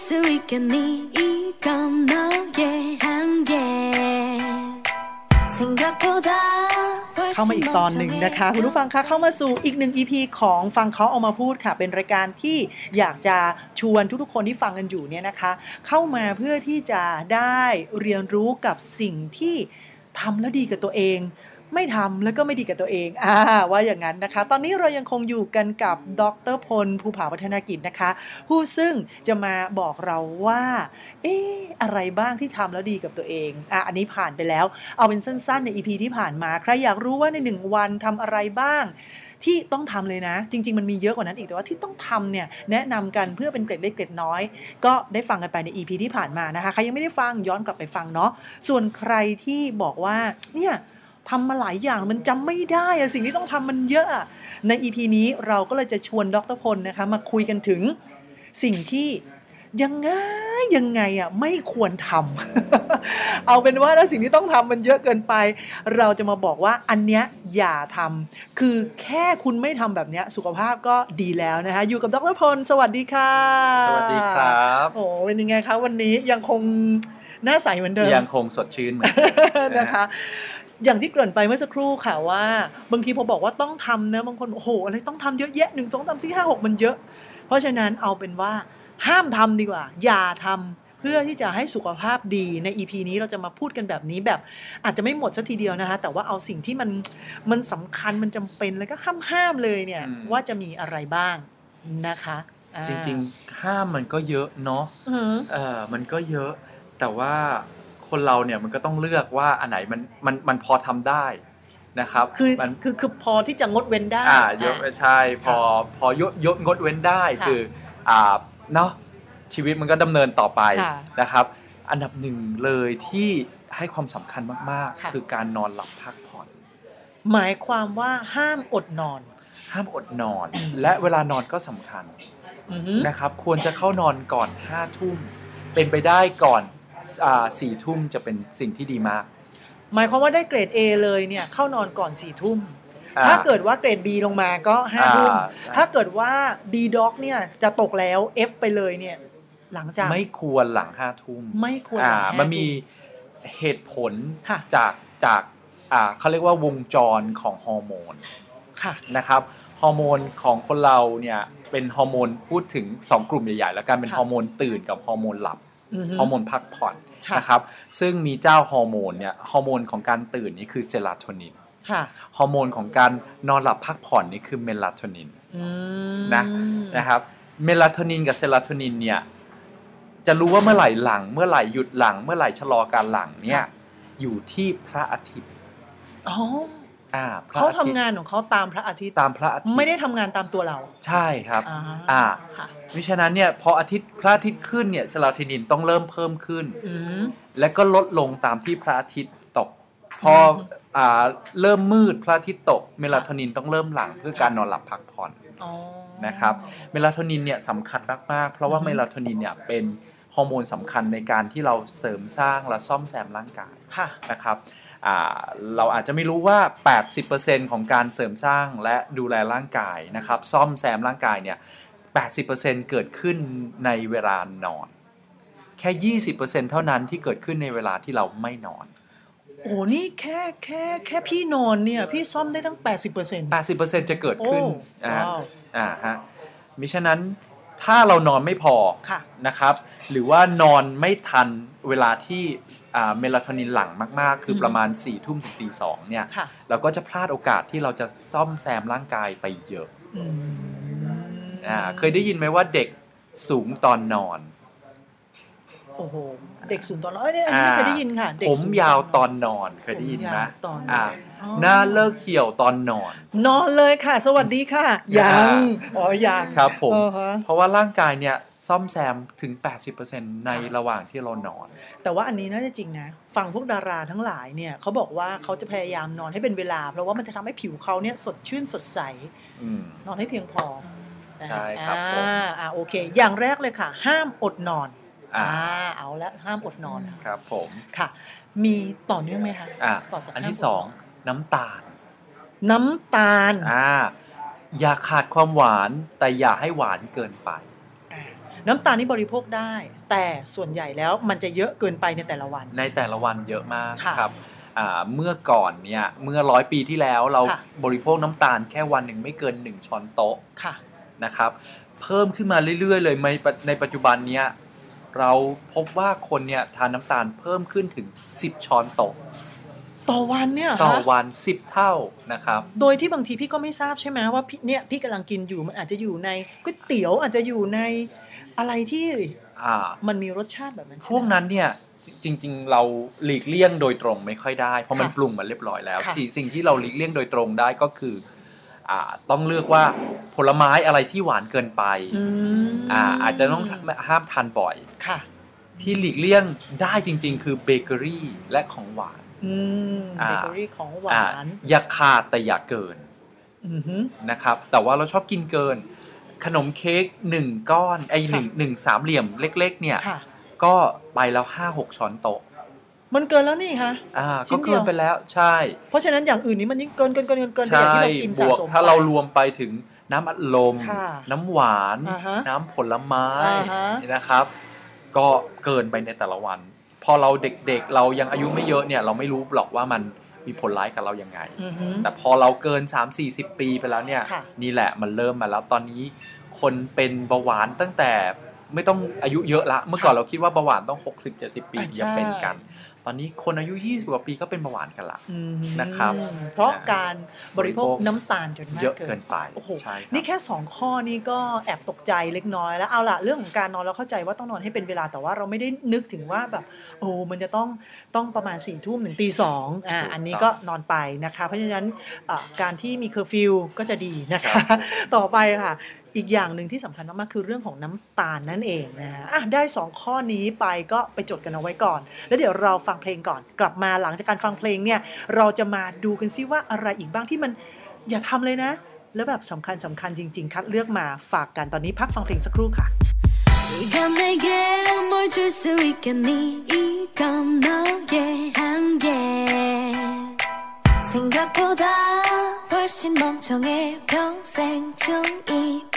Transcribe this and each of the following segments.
수 있겠니 이건 너의 한계 생각보다 เข้ามาอีกตอนหนึ่งนะคะคุณผู้ฟังคะเข้ามาสู่อีกหนึ่ง EP ของฟังเขาเอามาพูดค่ะเป็นรายการที่อยากจะชวนทุกๆคนที่ฟังกันอยู่เนี่ยนะคะเข้ามาเพื่อที่จะได้เรียนรู้กับสิ่งที่ทำแล้วดีกับตัวเองไม่ทำแล้วก็ไม่ดีกับตัวเองว่าอย่างนั้นนะคะตอนนี้เรายังคงอยู่กันกับดร.พลภูผาวัฒนกิจนะคะผู้ซึ่งจะมาบอกเราว่าอะไรบ้างที่ทำแล้วดีกับตัวเองอันนี้ผ่านไปแล้วเอาเป็นสั้นๆใน EP ที่ผ่านมาใครอยากรู้ว่าใน1วันทำอะไรบ้างที่ต้องทำเลยนะจริงๆมันมีเยอะกว่านั้นอีกแต่ว่าที่ต้องทำเนี่ยแนะนำกันเพื่อเป็นเกร็ดเล็กเกร็ดน้อยก็ได้ฟังกันไปใน EP ที่ผ่านมานะคะใครยังไม่ได้ฟังย้อนกลับไปฟังเนาะส่วนใครที่บอกว่าเนี่ยทำมาหลายอย่างมันจำไม่ได้สิ่งที่ต้องทำมันเยอะใน EP นี้เราก็เลยจะชวนดร.พลนะคะมาคุยกันถึงสิ่งที่ยังไงไม่ควรทำ เอาเป็นว่าถ้าสิ่งที่ต้องทำมันเยอะเกินไปเราจะมาบอกว่าอันเนี้ยอย่าทำคือแค่คุณไม่ทำแบบเนี้ยสุขภาพก็ดีแล้วนะคะอยู่กับดร.พลสวัสดีค่ะสวัสดีครับโอ้เป็นยังไงคะวันนี้ยังคงหน้าใสเหมือนเดิมยังคงสดชื่นเหมือนนะคะอย่างที่เกริ่นไปเมื่อสักครู่ค่ะว่าบางทีพอบอกว่าต้องทำนะบางคนโอ้โหอะไรต้องทำเยอะแยะ1 2 3 4 5 6มันเยอะเพราะฉะนั้นเอาเป็นว่าห้ามทำดีกว่าอย่าทำเพื่อที่จะให้สุขภาพดีใน EP นี้เราจะมาพูดกันแบบนี้แบบอาจจะไม่หมดสักทีเดียวนะคะแต่ว่าเอาสิ่งที่มันสำคัญมันจำเป็นแล้วก็ห้ามเลยเนี่ยว่าจะมีอะไรบ้างนะคะจริงๆห้ามมันก็เยอะเนาะมันก็เยอะแต่ว่าคนเราเนี่ยมันก็ต้องเลือกว่าอันไหนมันพอทำได้นะครับคือพอที่จะงดเว้นได้เยอะใช่พอยดงดเว้นได้คือเนาะชีวิตมันก็ดำเนินต่อไปนะครับอันดับหนึ่งเลยที่ให้ความสำคัญมากๆคือการนอนหลับพักผ่อนหมายความว่าห้ามอดนอนและเวลานอนก็สำคัญนะครับควรจะเข้านอนก่อน 5 ทุ่มเป็นไปได้ก่อน4 ทุ่มจะเป็นสิ่งที่ดีมากหมายความว่าได้เกรด A เลยเนี่ยเข้านอนก่อน4 ทุ่มถ้าเกิดว่าเกรด B ลงมาก็5 ทุ่มถ้าเกิดว่า D Doc เนี่ยจะตกแล้ว F ไปเลยเนี่ยหลังจากไม่ควรหลัง5 ทุ่มไม่ควรมันมีเหตุผลจากเขาเรียกว่าวงจรของฮอร์โมนนะครับฮอร์โมนของคนเราเนี่ยเป็นฮอร์โมนพูดถึง2กลุ่มใหญ่ๆแล้วกันเป็นฮอร์โมนตื่นกับฮอร์โมนหลับฮอร์โมนพักผ่อนนะครับซึ่งมีเจ้าฮอร์โมนเนี่ยฮอร์โมนของการตื่นนี่คือเซโรโทนินฮอร์โมนของการนอนหลับพักผ่อนนี่คือเมลาโทนินนะครับเมลาโทนินกับเซโรโทนินเนี่ยจะรู้ว่าเมื่อไหร่หลังเมื่อไหร่หยุดหลังเมื่อไหร่ชะลอการหลังเนี่ยอยู่ที่พระอาทิตย์เขาทำงานของเขาตามพระอาทิตย์ไม่ได้ทำงานตามตัวเราใช่ครับมิฉะนั้นเนี่ยพอพระอาทิตย์ขึ้นเนี่ยเซโรโทนินต้องเริ่มเพิ่มขึ้นและก็ลดลงตามที่พระอาทิตย์ตกพอเริ่มมืดพระอาทิตย์ตกเมลาโทนินต้องเริ่มหลั่งเพื่อการนอนหลับพักผ่อนนะครับเมลาโทนินเนี่ยสำคัญมากๆเพราะว่าเมลาโทนินเนี่ยเป็นฮอร์โมนสำคัญในการที่เราเสริมสร้างและซ่อมแซมร่างกายนะครับเราอาจจะไม่รู้ว่า 80% ของการเสริมสร้างและดูแลร่างกายนะครับซ่อมแซมร่างกายเนี่ย 80% เกิดขึ้นในเวลานอนแค่ 20% เท่านั้นที่เกิดขึ้นในเวลาที่เราไม่นอนโอ้นี่แค่พี่นอนเนี่ยพี่ซ่อมได้ตั้ง 80% จะเกิดขึ้นมิฉะนั้นถ้าเรานอนไม่พอนะครับหรือว่านอนไม่ทันเวลาที่เมลาโทนินหลั่งมากๆคือประมาณ 4 ทุ่มถึง 2 เนี่ยเราก็จะพลาดโอกาสที่เราจะซ่อมแซมร่างกายไปเยอะเคยได้ยินไหมว่าเด็กสูงตอนนอนโอ้โหเด็กสูงตอนนอนเนี่ยอันนี้เคยได้ยินค่ะผมยาวตอนนอนเคยได้ยินไหมหน้าเลิกเหี่ยวตอนนอนเลยค่ะสวัสดีค่ะยังครับผมเพราะว่าร่างกายเนี่ยซ่อมแซมถึง 80% ในระหว่างที่เรานอนแต่ว่าอันนี้น่าจะจริงนะฟังพวกดาราทั้งหลายเนี่ยเขาบอกว่าเขาจะพยายามนอนให้เป็นเวลาเพราะว่ามันจะทำให้ผิวเขาเนี่ยสดชื่นสดใสนอนให้เพียงพอใช่ครับโอเคอย่างแรกเลยค่ะห้ามอดนอนเอาละห้ามอดนอนครับผมค่ะมีต่อเนื่องไหมคะต่อจากอันที่2น้ำตาลอย่าขาดความหวานแต่อย่าให้หวานเกินไปน้ำตาลนี่บริโภคได้แต่ส่วนใหญ่แล้วมันจะเยอะเกินไปในแต่ละวันในแต่ละวันเยอะมากค่ะครับเมื่อก่อนเนี่ยเมื่อ100 ปีที่แล้วเราบริโภคน้ำตาลแค่วันหนึ่งไม่เกิน1 ช้อนโต๊ะนะครับเพิ่มขึ้นมาเรื่อยๆเลยในปัจจุบันเนี้ยเราพบว่าคนเนี่ยทานน้ำตาลเพิ่มขึ้นถึง10 ช้อนโต๊ะต่อวันเนี่ยต่อวัน10 เท่านะครับโดยที่บางทีพี่ก็ไม่ทราบใช่ไหมว่าพี่กำลังกินอยู่มันอาจจะอยู่ในก๋วยเตี๋ยวอาจจะอยู่ในอะไรที่มันมีรสชาติแบบนั้นพวกนั้นเนี่ยจริงๆเราหลีกเลี่ยงโดยตรงไม่ค่อยได้เพราะมันปรุงมาเรียบร้อยแล้วสิ่งที่เราหลีกเลี่ยงโดยตรงได้ก็คือต้องเลือกว่าผลไม้อะไรที่หวานเกินไปอาจจะต้องห้ามทานบ่อยที่หลีกเลี่ยงได้จริงๆคือเบเกอรี่และของหวานเบเกอรี่ของหวานอย่าขาดแต่อย่าเกินนะครับแต่ว่าเราชอบกินเกินขนมเค้ก1 ก้อนหนึ่งสามเหลี่ยมเล็กๆเนี่ยก็ไปแล้ว 5-6 ช้อนโต๊ะมันเกินแล้วนี่คะก็เกินไปแล้วใช่เพราะฉะนั้นอย่างอื่นนี้มันยิ่งเกินไปอย่างที่เรากินสะสมถ้าเรารวมไปถึงน้ำอัดลมน้ำหวานน้ำผลไม้นะครับก็เกินไปในแต่ละวันพอเราเด็กๆเรายังอายุไม่เยอะเนี่ยเราไม่รู้หรอกว่ามันมีผลร้ายกับเรายังไงแต่พอเราเกิน 3-40 ปีไปแล้วเนี่ยนี่แหละมันเริ่มมาแล้วตอนนี้คนเป็นเบาหวานตั้งแต่ไม่ต้องอายุเยอะละเมื่อก่อนเราคิดว่าเบาหวานต้อง 60-70 ปีจะเป็นกันตอนนี้คนอายุ20 กว่าปีก็เป็นเบาหวานกันละนะครับเพราะการบริโภคน้ำตาลจนมากเยอะเกินไปโอ้โหนี่แค่2ข้อนี้ก็แอบตกใจเล็กน้อยแล้วเอาล่ะเรื่องของการนอนเราเข้าใจว่าต้องนอนให้เป็นเวลาแต่ว่าเราไม่ได้นึกถึงว่าแบบโอ้มันจะต้องประมาณ 4 ทุ่มถึง 2 อันนี้ก็นอนไปนะคะเพราะฉะนั้นการที่มีเคอร์ฟิวก็จะดีนะคะต่อไปค่ะอีกอย่างหนึ่งที่สำคัญมากๆคือเรื่องของน้ำตาลนั่นเองนะได้2ข้อนี้ไปก็ไปจดกันเอาไว้ก่อนแล้วเดี๋ยวเราฟังเพลงก่อนกลับมาหลังจากการฟังเพลงเนี่ยเราจะมาดูกันซิว่าอะไรอีกบ้างที่มันอย่าทำเลยนะแล้วแบบสำคัญจริงๆคัดเลือกมาฝากกันตอนนี้พักฟังเพลงสักครู่ค่ะ 생각보다 훨씬 멍청해 평생 중2병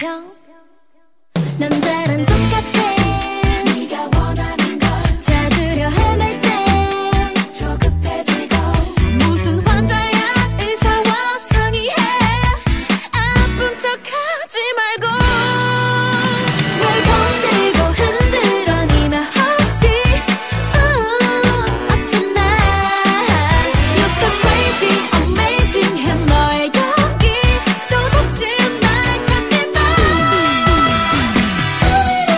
남자랑 똑같아 네가 원하는 걸 찾으려 헤맬 땐 조급해지고 무슨 환자야 의사와 상의해 아픈 척하지 말고 널 건들고 흔들어 네가 혹시 어떤 날 You're so crazy amazing해 너의 여기 또다시 날 가지마 오늘은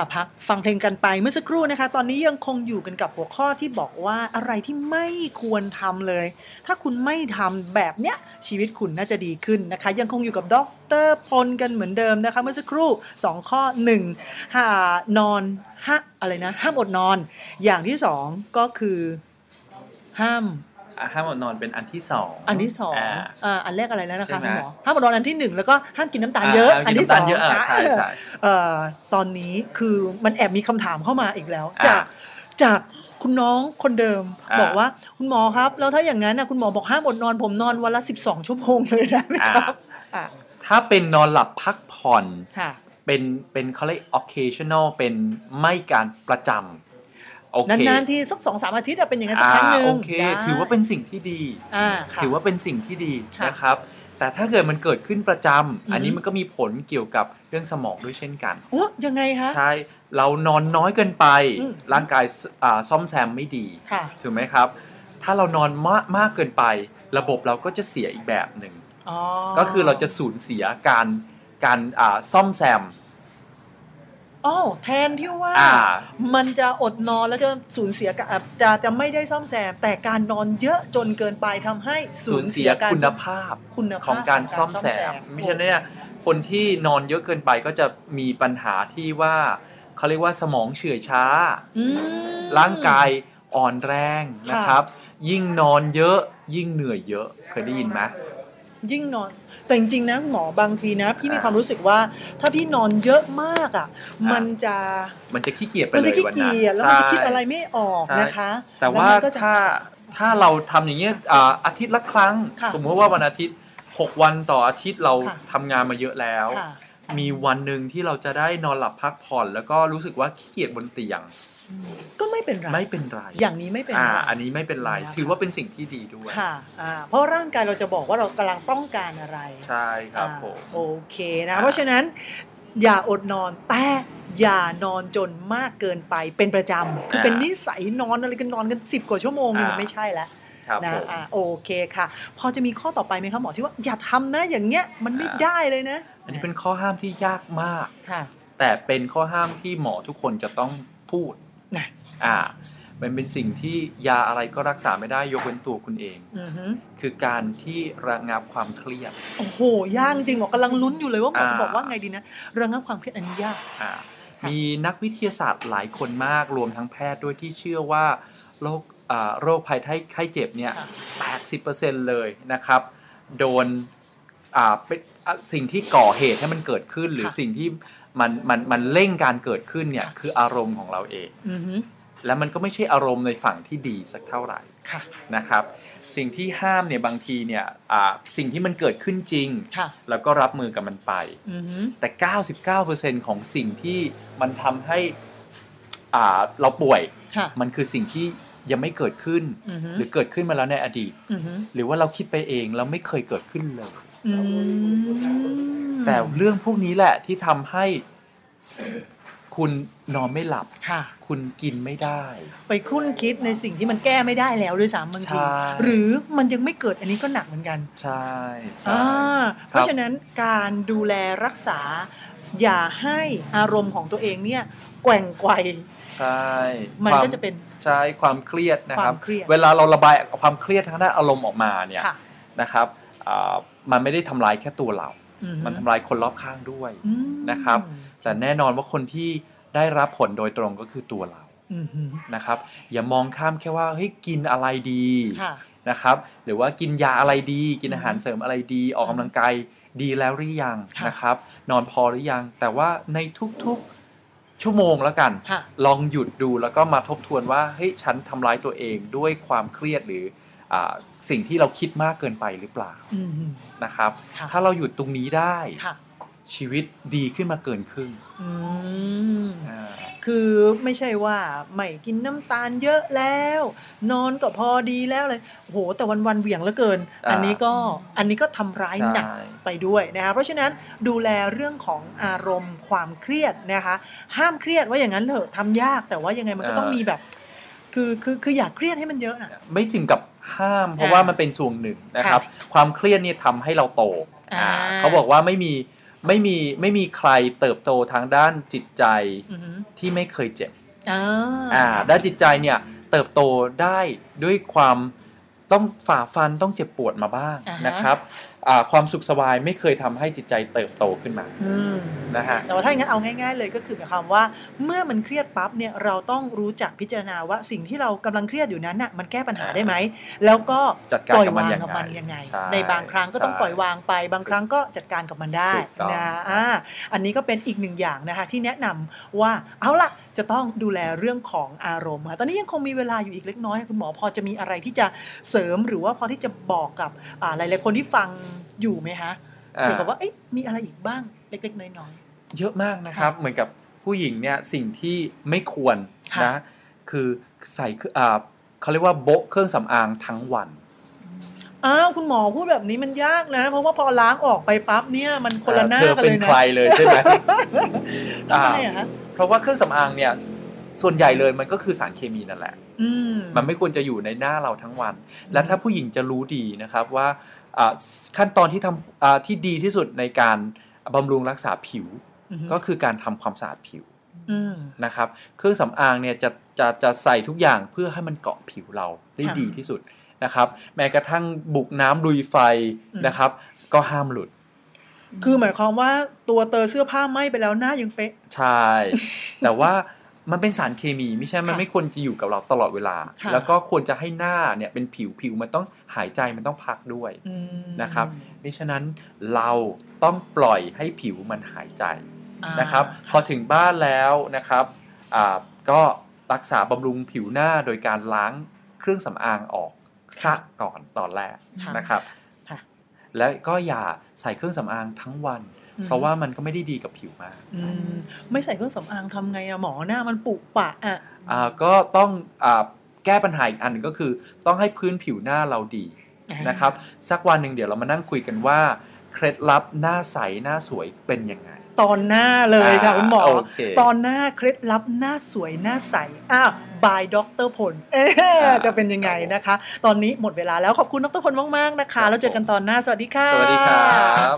พักฟังเพลงกันไปเมื่อสักครู่นะคะตอนนี้ยังคงอยู่กันกับหัวข้อที่บอกว่าอะไรที่ไม่ควรทำเลย ถ้าคุณไม่ทำแบบเนี้ยชีวิตคุณน่าจะดีขึ้นนะคะยังคงอยู่กับดร.พลกันเหมือนเดิมนะคะเมื่อสักครู่2ข้อ1นอนห้ามอดนอนอย่างที่2ก็คือห้ามอดนอนเป็นอันที่2 อันที่2อันแรกอะไรแล้วนะคะคุณหมอห้ามอดนอนอันที่1แล้วก็ห้ามกินน้ำตาลเยอะอันที่2 ใช่ตอนนี้คือมันแอบมีคำถามเข้ามาอีกแล้วจากคุณน้องคนเดิมบอกว่าคุณหมอครับแล้วถ้าอย่างนั้นนะคุณหมอบอกห้ามอดนอนผมนอนวันละ12ชั่วโมงเลยได้ไหมครับถ้าเป็นนอนหลับพักผ่อนเป็นเขาเรียก occasional เป็นไม่การประจำนานๆทีสัก 2-3 อาทิตย์เป็นอย่างนั้นสักครั้งนึงโอเคถือว่าเป็นสิ่งที่ดีถือว่าเป็นสิ่งที่ดีนะครับแต่ถ้าเกิดมันเกิดขึ้นประจำอันนี้มันก็มีผลเกี่ยวกับเรื่องสมองด้วยเช่นกันโอ้ยังไงคะใช่เรานอนน้อยเกินไปร่างกายซ่อมแซมไม่ดีถูกไหมครับถ้าเรานอนมากเกินไประบบเราก็จะเสียอีกแบบหนึ่งก็คือเราจะสูญเสียการซ่อมแซมแทนที่ว่ามันจะอดนอนแล้วจะสูญเสียจะไม่ได้ซ่อมแซมแต่การนอนเยอะจนเกินไปทำให้สูญเสียคุณภาพของการซ่อมแซมไม่ใช่เนี่ยคนที่นอนเยอะเกินไปก็จะมีปัญหาที่ว่าเขาเรียกว่าสมองเฉื่อยช้าร่างกายอ่อนแรงนะครับยิ่งนอนเยอะยิ่งเหนื่อยเยอะเคยได้ยินไหมยิ่งนอนแต่จริงๆนะหมอบางทีนะพี่มีความรู้สึกว่าถ้าพี่นอนเยอะมากมันจะขี้เกียจไปเลยวันนั้นแล้วมันจะคิดอะไรไม่ออกนะคะแต่ว่าถ้าเราทำอย่างเงี้ยอาทิตย์ละครั้งสมมติว่าวันอาทิตย์6วันต่ออาทิตย์เราทำงานมาเยอะแล้วมีวันหนึ่งที่เราจะได้นอนหลับพักผ่อนแล้วก็รู้สึกว่าขี้เกียจบนเตียงก็ไม่เป็นไรอย่างนี้ไม่เป็นไรอันนี้ไม่เป็นไรถือว่าเป็นสิ่งที่ดีด้วยค่ะเพราะร่างกายเราจะบอกว่าเรากำลังต้องการอะไรใช่ครับผมโอเคนะเพราะฉะนั้นอย่าอดนอนแต่อย่านอนจนมากเกินไปเป็นประจำคือเป็นนิสัยนอนอะไรกันนอนกัน10 กว่าชั่วโมงนี่มันไม่ใช่แล้วนะโอเคค่ะพอจะมีข้อต่อไปไหมครับหมอที่ว่าอย่าทำนะอย่างเงี้ยมันไม่ได้เลยนะอันนี้เป็นข้อห้ามที่ยากมากแต่เป็นข้อห้ามที่หมอทุกคนจะต้องพูดมันเป็นสิ่งที่ยาอะไรก็รักษาไม่ได้ยกเว้นตัวคุณเองคือการที่ระงับความเครียดโอ้โหยากจริงหมอกำลังลุ้นอยู่เลยว่าหมอจะบอกว่าไงดีนะระงับความเครียดอันนี้ยากมีนักวิทยาศาสตร์หลายคนมากรวมทั้งแพทย์ด้วยที่เชื่อว่าโรคภัยไข้เจ็บเนี่ย 80% เลยนะครับโดนเป็นสิ่งที่ก่อเหตุให้มันเกิดขึ้นหรือสิ่งที่มันเร่งการเกิดขึ้นเนี่ยคืออารมณ์ของเราเองแล้วมันก็ไม่ใช่อารมณ์ในฝั่งที่ดีสักเท่าไหร่นะครับสิ่งที่ห้ามเนี่ยบางทีเนี่ยสิ่งที่มันเกิดขึ้นจริงแล้วก็รับมือกับมันไปแต่ 99% ของสิ่งที่มันทำให้เราป่วยมันคือสิ่งที่ยังไม่เกิดขึ้นหรือเกิดขึ้นมาแล้วในอดีตหรือว่าเราคิดไปเองแล้วไม่เคยเกิดขึ้นเลยแต่เรื่องพวกนี้แหละที่ทำให้คุณนอนไม่หลับคุณกินไม่ได้ไปคุ้นคิดในสิ่งที่มันแก้ไม่ได้แล้วด้วยซ้ำบางทีหรือมันยังไม่เกิดอันนี้ก็หนักเหมือนกันใช่เพราะฉะนั้นการดูแลรักษาอย่าให้อารมณ์ของตัวเองเนี่ยแกว่งไกวใช่มันก็จะเป็นใช่ความเครียดนะครับเวลาเราระบายความเครียดทางด้านอารมณ์ออกมาเนี่ยนะครับมันไม่ได้ทำลายแค่ตัวเรามันทำลายคนรอบข้างด้วยนะครับแต่แน่นอนว่าคนที่ได้รับผลโดยตรงก็คือตัวเรานะครับอย่ามองข้ามแค่ว่าเฮ้ยกินอะไรดีนะครับหรือว่ากินยาอะไรดีกินอาหารเสริมอะไรดีออกกำลังกายดีแล้วหรือยังนะครับนอนพอหรือยังแต่ว่าในทุกๆชั่วโมงแล้วกันลองหยุดดูแล้วก็มาทบทวนว่าเฮ้ยฉันทำร้ายตัวเองด้วยความเครียดหรือสิ่งที่เราคิดมากเกินไปหรือเปล่านะครับถ้าเราหยุดตรงนี้ได้ชีวิตดีขึ้นมาเกินครึ่งคือไม่ใช่ว่าไม่กินน้ำตาลเยอะแล้วนอนก็พอดีแล้วเลยโหแต่วันๆเหวี่ยงเหลือเกินอันนี้ก็ทำร้ายหนักไปด้วยนะคะเพราะฉะนั้นดูแลเรื่องของอารมณ์ความเครียดนะคะห้ามเครียดว่าอย่างนั้นเถอะทำยากแต่ว่ายังไงมันก็ต้องมีแบบคืออยากเครียดให้มันเยอะนะไม่ถึงกับห้ามเพราะว่ามันเป็นส่วนหนึ่งนะครับความเครียดเนี่ยทำให้เราโตเขาบอกว่าไม่มีไม่มีใครเติบโตทางด้านจิตใจที่ไม่เคยเจ็บด้านจิตใจเนี่ยเติบโตได้ด้วยความต้องฝ่าฟันต้องเจ็บปวดมาบ้างนะครับความสุขสบายไม่เคยทำให้จิตใจเติบโตขึ้นมานะฮะแต่ว่าถ้าอย่างนั้นเอาง่ายๆเลยก็คือหมายความว่าเมื่อมันเครียดปั๊บเนี่ยเราต้องรู้จักพิจารณาว่าสิ่งที่เรากำลังเครียดอยู่นั้นน่ะมันแก้ปัญหาได้ไหมแล้วก็ปล่อยวางกับมันยังไงในบางครั้งก็ต้องปล่อยวางไปบางครั้งก็จัดการกับมันได้นะอันนี้ก็เป็นอีกหนึ่งอย่างนะคะที่แนะนำว่าเอาล่ะจะต้องดูแลเรื่องของอารมณ์ค่ะตอนนี้ยังคงมีเวลาอยู่อีกเล็กน้อยคุณหมอพอจะมีอะไรที่จะเสริมหรือว่าพอที่จะบอกกับหลายๆคนที่ฟังอยู่ไหมคะเกี่ยวกับว่ามีอะไรอีกบ้างเล็กๆน้อยๆเยอะมากนะครับเหมือนกับผู้หญิงเนี่ยสิ่งที่ไม่ควรนะคือใส่เขาเรียกว่าโบ๊ะเครื่องสำอางทั้งวันคุณหมอพูดแบบนี้มันยากนะเพราะว่าพอล้างออกไปปั๊บเนี่ยมันคนละหน้ากันเลยนะเธอเป็นใครเลยใช่ไหมทำไมอะคะเพราะว่าเครื่องสำอางเนี่ยส่วนใหญ่เลยมันก็คือสารเคมีนั่นแหละมันไม่ควรจะอยู่ในหน้าเราทั้งวันและถ้าผู้หญิงจะรู้ดีนะครับว่าขั้นตอนที่ที่ดีที่สุดในการบำรุงรักษาผิวก็คือการทำความสะอาดผิวนะครับเครื่องสำอางเนี่ยจะใส่ทุกอย่างเพื่อให้มันเกาะผิวเราได้ดีที่สุดนะครับแม้กระทั่งบุกน้ำลุยไฟนะครับก็ห้ามหลุดคือหมายความว่าตัวเตอเสื้อผ้าไหม้ไปแล้วหน้ายังเป๊ะใช่แต่ว่ามันเป็นสารเคมีไม่ใช่มันไม่ควรจะอยู่กับเราตลอดเวลาแล้วก็ควรจะให้หน้าเนี่ยเป็นผิวมันต้องหายใจมันต้องพักด้วยนะครับมิฉะนั้นเราต้องปล่อยให้ผิวมันหายใจนะครับพอถึงบ้านแล้วนะครับก็รักษาบำรุงผิวหน้าโดยการล้างเครื่องสำอางออกซะก่อนตอนแรกนะครับและก็อย่าใส่เครื่องสำอางทั้งวันเพราะว่ามันก็ไม่ได้ดีกับผิวมากไม่ใส่เครื่องสำอางทำไงอะหมอหน้ามันปุปะก็ต้องแก้ปัญหาอีกอันนึงก็คือต้องให้พื้นผิวหน้าเราดีนะครับสักวันหนึ่งเดี๋ยวเรามานั่งคุยกันว่าเคล็ดลับหน้าใสหน้าสวยเป็นยังไงตอนหน้าเลยค่ะคุณหมอตอนหน้าเคล็ดลับหน้าสวยหน้าใสby ดร.พลจะเป็นยังไงนะคะตอนนี้หมดเวลาแล้วขอบคุณดร.พลมากๆนะคะแล้วเจอกันตอนหน้าสวัสดีค่ะสวัสดีครับ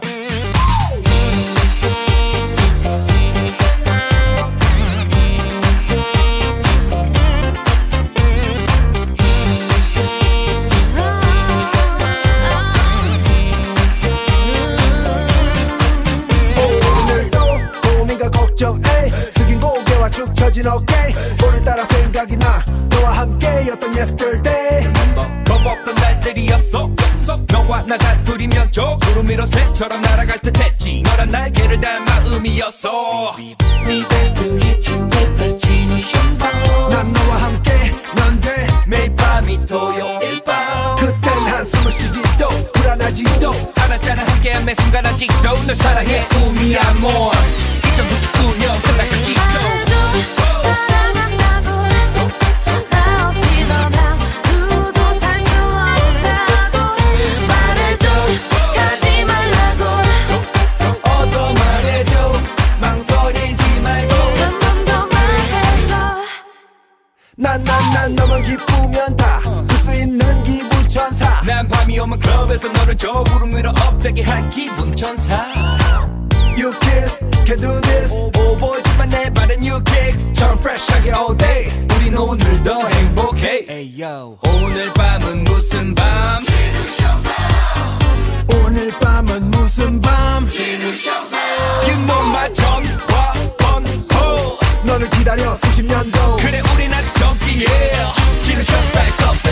난 너만 기쁘면 다 줄 수 있는 기부천사 난 밤이 오면 클럽에서 너를 저 구름 위로 업되게 할 기분천사 You kiss, can do this 보이지만 내 발은 you kicks 전 fresh하게 all day 우린 오늘도 행복해 hey, yo. 오늘 밤은 무슨 밤? 오늘 밤은 무슨 밤? You know my 전화 번호 너를 기다려 수십 년도 그래 우린 아직 젊기에 지루션 back up